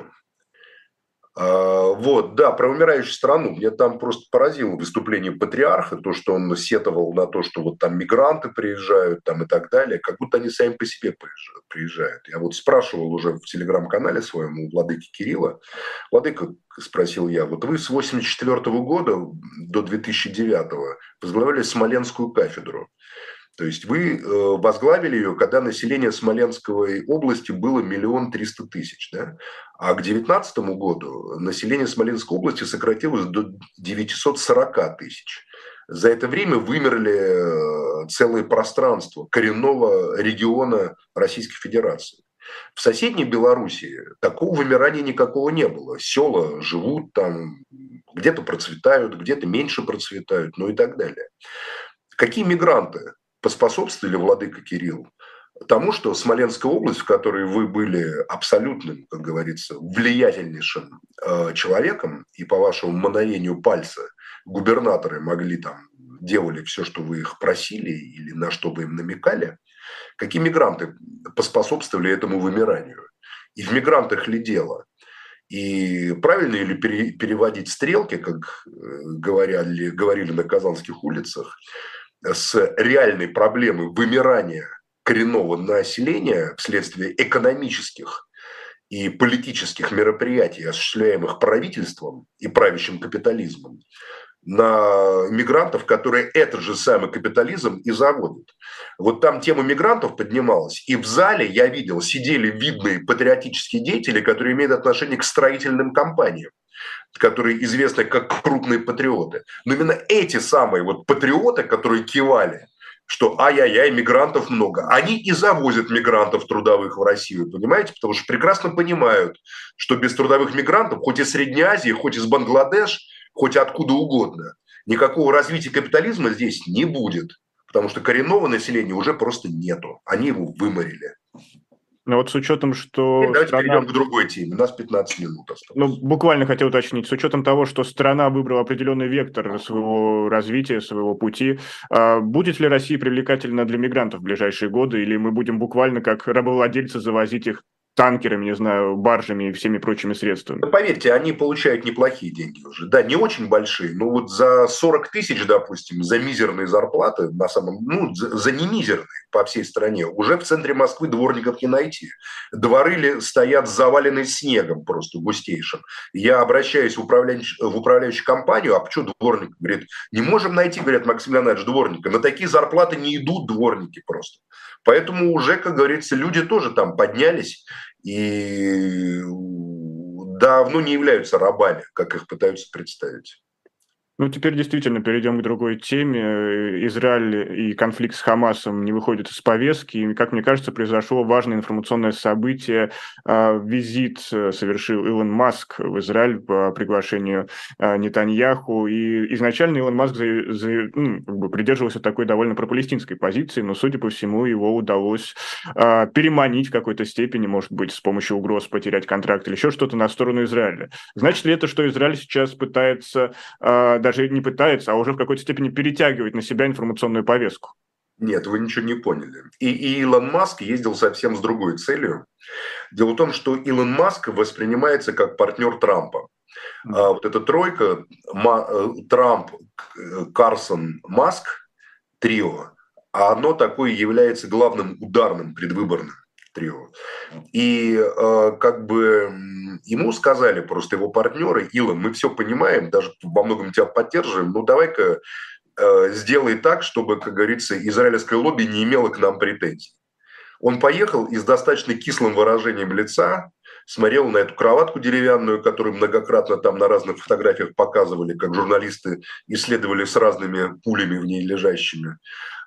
Вот, да, про умирающую страну. Мне там просто поразило выступление патриарха, то, что он сетовал на то, что вот там мигранты приезжают там и так далее, как будто они сами по себе приезжают. Я вот спрашивал уже в телеграм-канале своем у владыки Кирилла. Владыка, спросил я, вот вы с 1984 года до 2009 возглавляли Смоленскую кафедру. То есть вы возглавили ее, когда население Смоленской области было 1 300 000, да? А к 2019 году население Смоленской области сократилось до 940 000. За это время вымерли целые пространства коренного региона Российской Федерации. В соседней Белоруссии такого вымирания никакого не было. Села живут там, где-то процветают, где-то меньше процветают, ну и так далее. Какие мигранты поспособствовали, владыка Кирилл, тому, что Смоленская область, в которой вы были абсолютным, как говорится, влиятельнейшим человеком, и по вашему мановению пальца губернаторы могли там, делали все, что вы их просили или на что вы им намекали, какие мигранты поспособствовали этому вымиранию? И в мигрантах ли дело? И правильно ли переводить стрелки, как говорили на казанских улицах, с реальной проблемы вымирания коренного населения вследствие экономических и политических мероприятий, осуществляемых правительством и правящим капитализмом, на мигрантов, которые этот же самый капитализм и заводят. Вот там тема мигрантов поднималась, и в зале я видел, сидели видные патриотические деятели, которые имеют отношение к строительным компаниям, которые известны как крупные патриоты. Но именно эти самые вот патриоты, которые кивали, что ай-яй-яй, мигрантов много, они и завозят мигрантов трудовых в Россию, понимаете? Потому что прекрасно понимают, что без трудовых мигрантов, хоть из Средней Азии, хоть из Бангладеш, хоть откуда угодно, никакого развития капитализма здесь не будет, потому что коренного населения уже просто нету. Они его выморили. Но вот с учетом, что Давайте перейдем к другой теме. У нас 15 минут осталось. Ну, буквально хотел уточнить. С учетом того, что страна выбрала определенный вектор своего развития, своего пути, будет ли Россия привлекательна для мигрантов в ближайшие годы, или мы будем буквально как рабовладельцы завозить их танкерами, не знаю, баржами и всеми прочими средствами? Да, поверьте, они получают неплохие деньги уже. Да, не очень большие, но вот за 40 тысяч, допустим, за мизерные зарплаты, на самом, ну, за немизерные по всей стране, уже в центре Москвы дворников не найти. Дворы стоят заваленные снегом просто густейшим. Я обращаюсь в управляющую компанию, а почему дворник? Говорит, не можем найти, говорят, Максим Леонидович, дворника. На такие зарплаты не идут дворники просто. Поэтому уже, как говорится, люди тоже там поднялись и давно не являются рабами, как их пытаются представить. Ну, теперь действительно перейдем к другой теме. Израиль и конфликт с Хамасом не выходят из повестки. И, как мне кажется, произошло важное информационное событие. Визит совершил Илон Маск в Израиль по приглашению Нетаньяху. И изначально Илон Маск придерживался такой довольно пропалестинской позиции, но, судя по всему, его удалось переманить в какой-то степени, может быть, с помощью угроз потерять контракт или еще что-то на сторону Израиля. Значит ли это, что Израиль сейчас пытается... даже не пытается, а уже в какой-то степени перетягивать на себя информационную повестку? Нет, вы ничего не поняли. И Илон Маск ездил совсем с другой целью. Дело в том, что Илон Маск воспринимается как партнер Трампа. А вот эта тройка, Трамп, Карсон, Маск, трио, оно такое является главным ударным предвыборным трио. И как бы ему сказали просто его партнеры: Илон, мы все понимаем, даже во многом тебя поддерживаем, но давай-ка сделай так, чтобы, как говорится, израильское лобби не имело к нам претензий. Он поехал и с достаточно кислым выражением лица смотрел на эту кроватку деревянную, которую многократно там на разных фотографиях показывали, как журналисты исследовали с разными пулями в ней лежащими.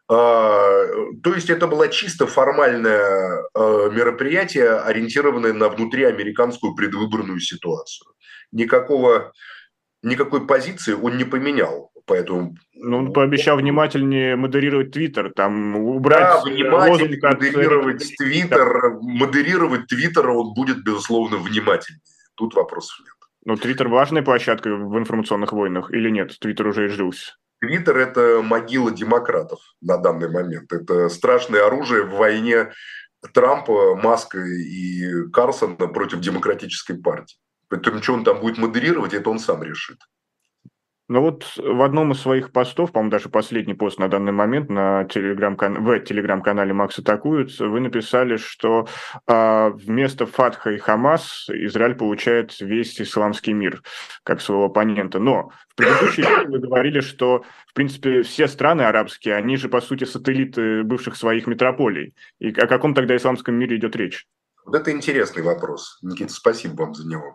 То есть это было чисто формальное мероприятие, ориентированное на внутриамериканскую предвыборную ситуацию. Никакой позиции он не поменял. Поэтому... Ну, он пообещал внимательнее модерировать Твиттер, там убрать... Да, внимательнее модерировать Твиттер. Модерировать Твиттер он будет, безусловно, внимательнее. Тут вопросов нет. Но Твиттер важная площадка в информационных войнах или нет? Твиттер уже изжился. Твиттер – это могила демократов на данный момент. Это страшное оружие в войне Трампа, Маска и Карсона против демократической партии. Поэтому, что он там будет модерировать, это он сам решит. Ну вот в одном из своих постов, по-моему, даже последний пост на данный момент в телеграм-канале «Макс атакуют», вы написали, что вместо Фатха и Хамас Израиль получает весь исламский мир как своего оппонента. Но в предыдущей серии вы говорили, что, в принципе, все страны арабские, они же, по сути, сателлиты бывших своих метрополий. И о каком тогда исламском мире идет речь? Вот это интересный вопрос, Никита, спасибо вам за него.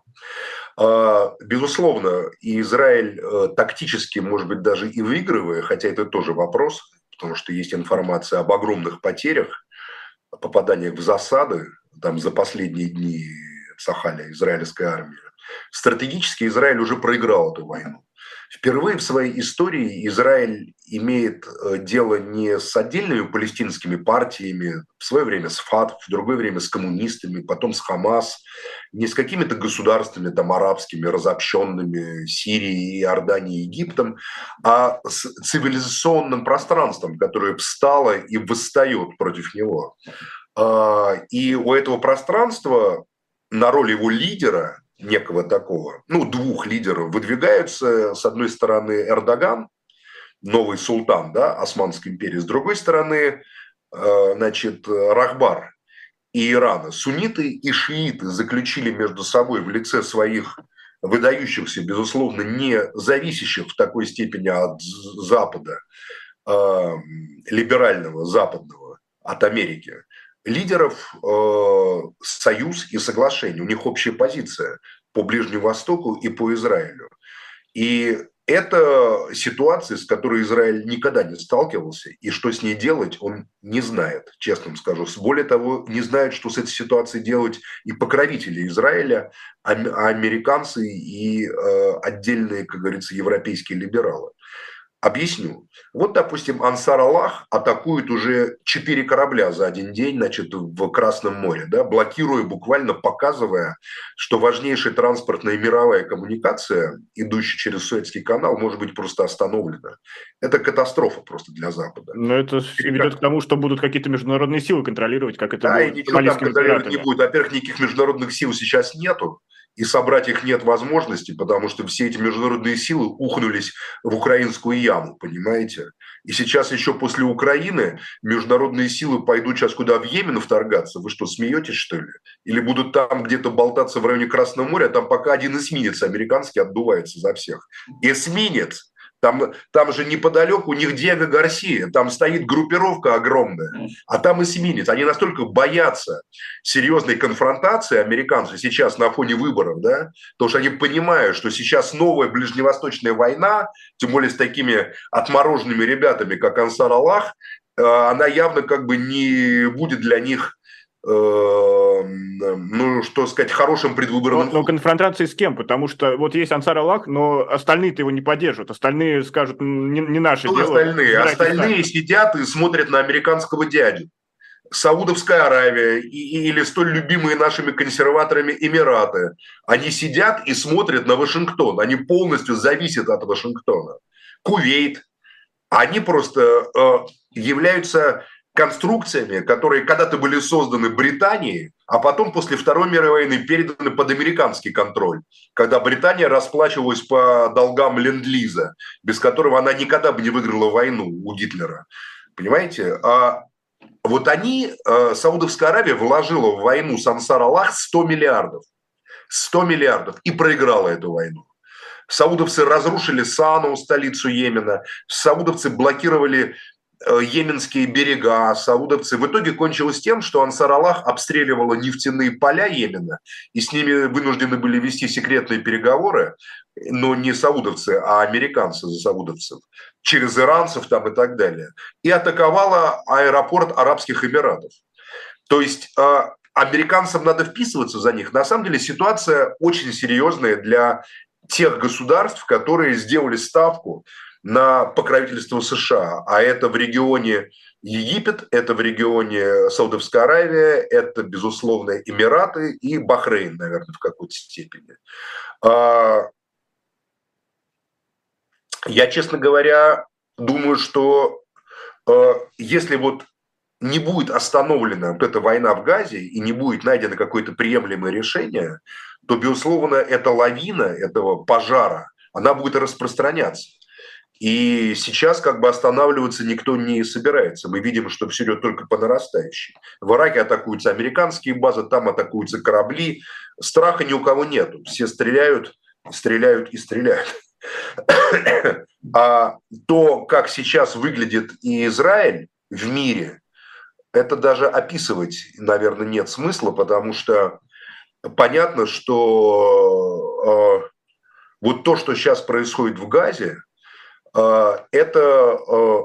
Безусловно, Израиль тактически, может быть, даже и выигрывая, хотя это тоже вопрос, потому что есть информация об огромных потерях, попаданиях в засады там, за последние дни в Сахале израильской армии. Стратегически Израиль уже проиграл эту войну. Впервые в своей истории Израиль имеет дело не с отдельными палестинскими партиями, в свое время с ФАТ, в другое время с коммунистами, потом с Хамас, не с какими-то государствами там, арабскими, разобщенными Сирией, Иорданией, Египтом, а с цивилизационным пространством, которое встало и восстает против него. И у этого пространства на роль его лидера, некого такого, двух лидеров, выдвигаются, с одной стороны, Эрдоган, новый султан, да, Османской империи, с другой стороны, Рахбар и Ирана. Сунниты и шииты заключили между собой в лице своих выдающихся, безусловно, не зависящих в такой степени от Запада, либерального западного, от Америки, лидеров союз и соглашение. У них общая позиция по Ближнему Востоку и по Израилю. И это ситуация, с которой Израиль никогда не сталкивался, и что с ней делать, он не знает, честно вам скажу. Более того, не знает, что с этой ситуацией делать и покровители Израиля, американцы и отдельные, как говорится, европейские либералы. Объясню. Вот, допустим, Ансар Аллах атакует уже 4 корабля за один день, в Красном море, да, блокируя, буквально показывая, что важнейшая транспортная мировая коммуникация, идущая через Суэцкий канал, может быть просто остановлена. Это катастрофа просто для Запада. Но это ведет к тому, что будут какие-то международные силы контролировать, как это было с ничего там контролировать не будет. Во-первых, никаких международных сил сейчас нету. И собрать их нет возможности, потому что все эти международные силы ухнулись в украинскую яму, понимаете? И сейчас еще после Украины международные силы пойдут сейчас куда, в Йемен вторгаться? Вы что, смеетесь, что ли? Или будут там где-то болтаться в районе Красного моря, а там пока один эсминец американский отдувается за всех. Эсминец! Там же неподалеку у них Диего Гарсия, там стоит группировка огромная, а там эсминец. Они настолько боятся серьезной конфронтации, американцы, сейчас на фоне выборов, да, потому что они понимают, что сейчас новая ближневосточная война, тем более с такими отмороженными ребятами, как Ансар Аллах, она явно как бы не будет для них хорошим предвыборным. Но конфронтации с кем? Потому что вот есть Ансар Аллах, но остальные-то его не поддержат. Остальные скажут, не наше дело. Остальные сидят и смотрят на американского дядю. Саудовская Аравия или столь любимые нашими консерваторами Эмираты. Они сидят и смотрят на Вашингтон. Они полностью зависят от Вашингтона. Кувейт. Они просто являются конструкциями, которые когда-то были созданы Британией, а потом после Второй мировой войны переданы под американский контроль, когда Британия расплачивалась по долгам Ленд-Лиза, без которого она никогда бы не выиграла войну у Гитлера. Понимаете? А вот Саудовская Аравия вложила в войну с Ансар Аллах 100 миллиардов. 100 миллиардов. И проиграла эту войну. Саудовцы разрушили Сану, столицу Йемена. Саудовцы блокировали йеменские берега, саудовцы. В итоге кончилось тем, что Ансар Аллах обстреливала нефтяные поля Йемена, и с ними вынуждены были вести секретные переговоры, но не саудовцы, а американцы за саудовцев, через иранцев там и так далее, и атаковала аэропорт Арабских Эмиратов. То есть американцам надо вписываться за них. На самом деле ситуация очень серьезная для тех государств, которые сделали ставку на покровительство США, а это в регионе Египет, это в регионе Саудовская Аравия, это, безусловно, Эмираты и Бахрейн, наверное, в какой-то степени. Я, честно говоря, думаю, что если вот не будет остановлена вот эта война в Газе и не будет найдено какое-то приемлемое решение, то, безусловно, эта лавина этого пожара, она будет распространяться. И сейчас как бы останавливаться никто не собирается. Мы видим, что все идет только по нарастающей. В Ираке атакуются американские базы, там атакуются корабли. Страха ни у кого нету. Все стреляют, стреляют и стреляют. А то, как сейчас выглядит и Израиль в мире, это даже описывать, наверное, нет смысла, потому что понятно, что вот то, что сейчас происходит в Газе, это,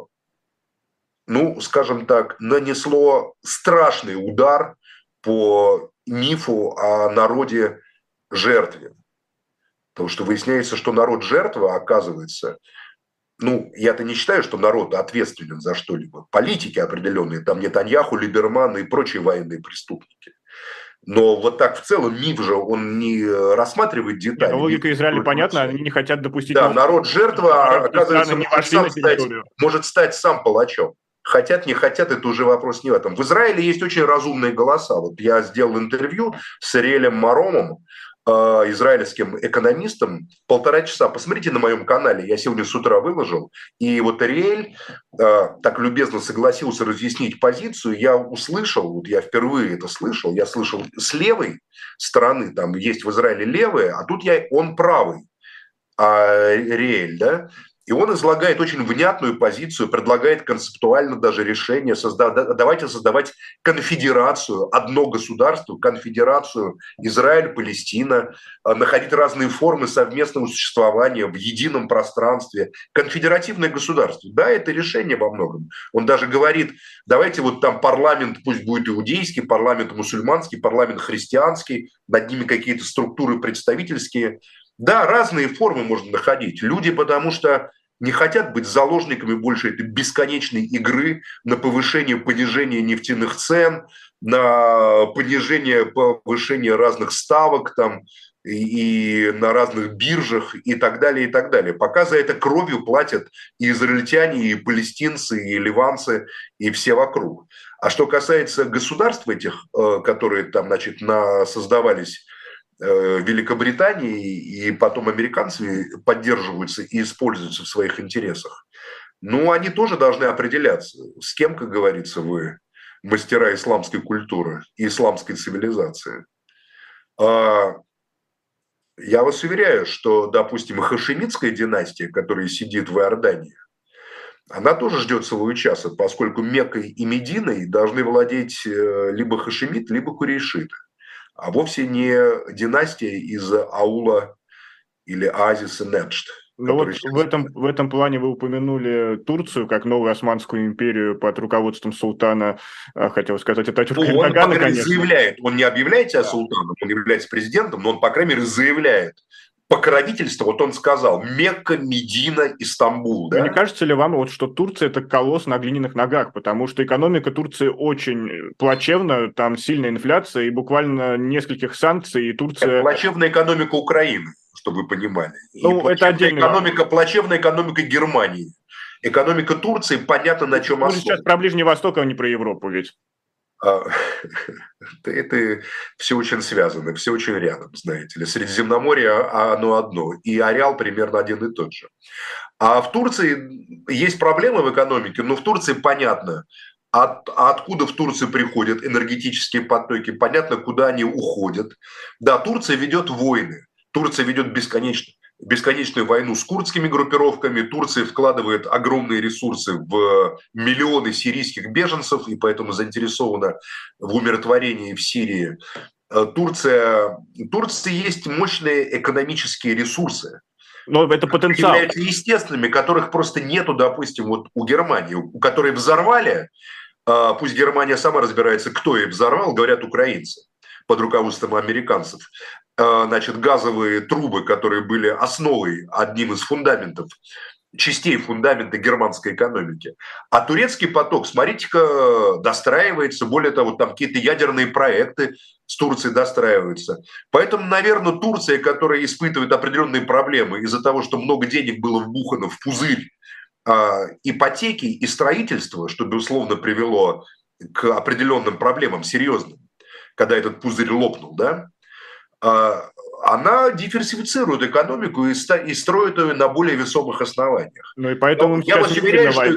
скажем так, нанесло страшный удар по мифу о народе-жертве. Потому что выясняется, что народ жертва, оказывается. Ну, я-то не считаю, что народ ответственен за что-либо. Политики определенные, там Нетаньяху, Либерман и прочие военные преступники. Но вот так в целом МИФ же, он не рассматривает детали. Нет, логика Израиля понятна, они не хотят допустить... Да, народ жертва, оказывается, может стать сам палачом. Хотят, не хотят, это уже вопрос не в этом. В Израиле есть очень разумные голоса. Вот я сделал интервью с Ариэлем Маромом, израильским экономистом, 1,5 часа. Посмотрите на моем канале, я сегодня с утра выложил. И вот Ариэль так любезно согласился разъяснить позицию. Я услышал, вот я впервые это слышал, я слышал с левой стороны, там есть в Израиле левые, а тут он правый, Ариэль, да? И он излагает очень внятную позицию, предлагает концептуально даже решение, давайте создавать конфедерацию, одно государство, конфедерацию Израиль-Палестина, находить разные формы совместного существования в едином пространстве, конфедеративное государство. Да, это решение во многом. Он даже говорит, давайте вот там парламент пусть будет иудейский, парламент мусульманский, парламент христианский, над ними какие-то структуры представительские. Да, разные формы можно находить. Люди, потому что не хотят быть заложниками больше этой бесконечной игры на повышение, понижение нефтяных цен, на понижение, повышение разных ставок там, и на разных биржах и так далее, и так далее. Пока за это кровью платят и израильтяне, и палестинцы, и ливанцы, и все вокруг. А что касается государств этих, которые там, значит, создавались Великобритании и потом американцами поддерживаются и используются в своих интересах, ну, они тоже должны определяться, с кем, как говорится, вы мастера исламской культуры и исламской цивилизации. Я вас уверяю, что, допустим, хашемитская династия, которая сидит в Иордании, она тоже ждет своего часа, поскольку Меккой и Мединой должны владеть либо хашемит, либо курейшиты, а вовсе не династия из аула или оазиса Неджд. Ну вот в этом плане вы упомянули Турцию как новую Османскую империю под руководством султана, хотел сказать, Ататюрка Эрдогана, конечно. Заявляет, он не объявляет себя султаном, он является президентом, но он, по крайней мере, заявляет. Покровительство, вот он сказал, Мекка, Медина, Истамбул. Да? Не кажется ли вам, вот, что Турция – это колосс на глиняных ногах? Потому что экономика Турции очень плачевна, там сильная инфляция и буквально нескольких санкций, и Турция… Это плачевная экономика Украины, чтобы вы понимали. Ну, это отдельно. Плачевная экономика Германии. Экономика Турции, понятно, на чем основана. Сейчас про Ближний Восток, а не про Европу ведь. Это все очень связано, все очень рядом, знаете ли. Средиземноморье оно одно, и ареал примерно один и тот же. А в Турции есть проблемы в экономике, но в Турции понятно, откуда в Турцию приходят энергетические потоки, понятно, куда они уходят. Да, Турция ведет войны, Турция ведет бесконечную войну с курдскими группировками. Турция вкладывает огромные ресурсы в миллионы сирийских беженцев и поэтому заинтересована в умиротворении в Сирии. Турции есть мощные экономические ресурсы. Но это потенциал. Являются естественными, которых просто нету, допустим, вот у Германии, у которой взорвали, пусть Германия сама разбирается, кто ее взорвал, говорят украинцы под руководством американцев. Значит, газовые трубы, которые были основой, одним из фундаментов, частей фундамента германской экономики. А турецкий поток, смотрите-ка, достраивается. Более того, там какие-то ядерные проекты с Турцией достраиваются. Поэтому, наверное, Турция, которая испытывает определенные проблемы из-за того, что много денег было вбухано в пузырь ипотеки и строительства, что, безусловно, привело к определенным проблемам серьезным, когда этот пузырь лопнул, да, она диверсифицирует экономику и строит ее на более весомых основаниях. Ну и поэтому я вас уверяю, что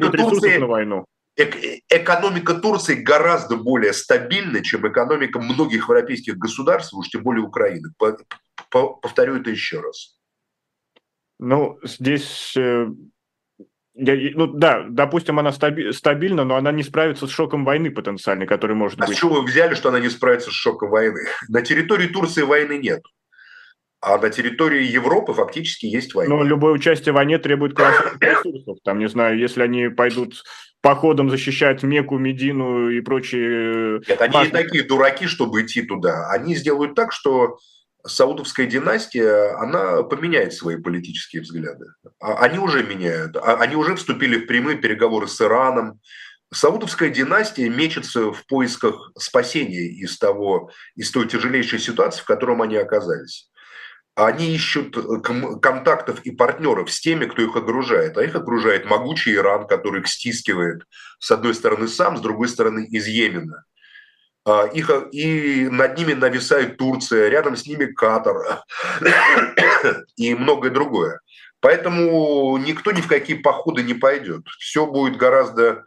экономика Турции гораздо более стабильна, чем экономика многих европейских государств, уж тем более Украины. Повторю это еще раз. Ну, здесь… Ну да, допустим, она стабильна, но она не справится с шоком войны потенциальной, который может быть. А с чего вы взяли, что она не справится с шоком войны? На территории Турции войны нет. А на территории Европы фактически есть война. Но любое участие в войне требует колоссальных ресурсов. Там, не знаю, если они пойдут походом защищать Мекку, Медину и прочие… Нет, они не такие дураки, чтобы идти туда. Они сделают так, что Саудовская династия, она поменяет свои политические взгляды. Они уже меняют. Они уже вступили в прямые переговоры с Ираном. Саудовская династия мечется в поисках спасения из той тяжелейшей ситуации, в которой они оказались. Они ищут контактов и партнеров с теми, кто их окружает. А их окружает могучий Иран, который их стискивает с одной стороны сам, с другой стороны из Йемена. И над ними нависает Турция, рядом с ними Катар и многое другое. Поэтому никто ни в какие походы не пойдет. Все будет гораздо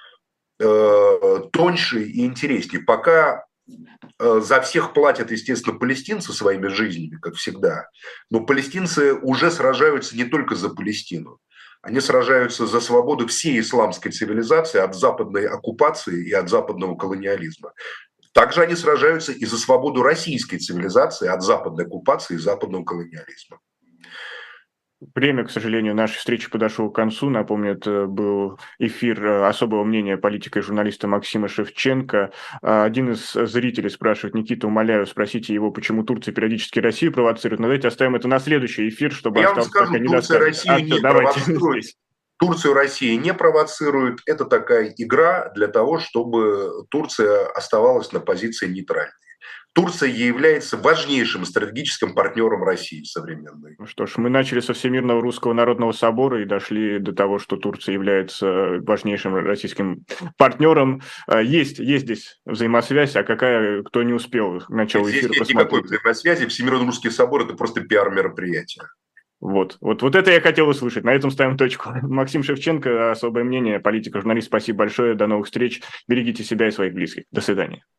тоньше и интереснее. Пока за всех платят, естественно, палестинцы своими жизнями, как всегда. Но палестинцы уже сражаются не только за Палестину. Они сражаются за свободу всей исламской цивилизации от западной оккупации и от западного колониализма. Также они сражаются и за свободу российской цивилизации от западной оккупации и западного колониализма. Время, к сожалению, нашей встречи подошло к концу. Напомню, это был эфир особого мнения политика и журналиста Максима Шевченко. Один из зрителей спрашивает: Никита, умоляю, спросите его, почему Турция периодически Россию провоцирует. Но давайте оставим это на следующий эфир, чтобы я вам скажу, Турция Россию не провоцирует. Турцию Россия не провоцирует. Это такая игра для того, чтобы Турция оставалась на позиции нейтральной. Турция является важнейшим стратегическим партнером России современной. Ну что ж, мы начали со Всемирного Русского Народного Собора и дошли до того, что Турция является важнейшим российским партнером. Есть здесь взаимосвязь, а какая, кто не успел к началу эфира посмотреть? Здесь нет никакой взаимосвязи. Всемирный Русский Собор – это просто пиар-мероприятие. Вот это я хотел услышать. На этом ставим точку. Максим Шевченко, особое мнение, политика, журналист. Спасибо большое. До новых встреч. Берегите себя и своих близких. До свидания.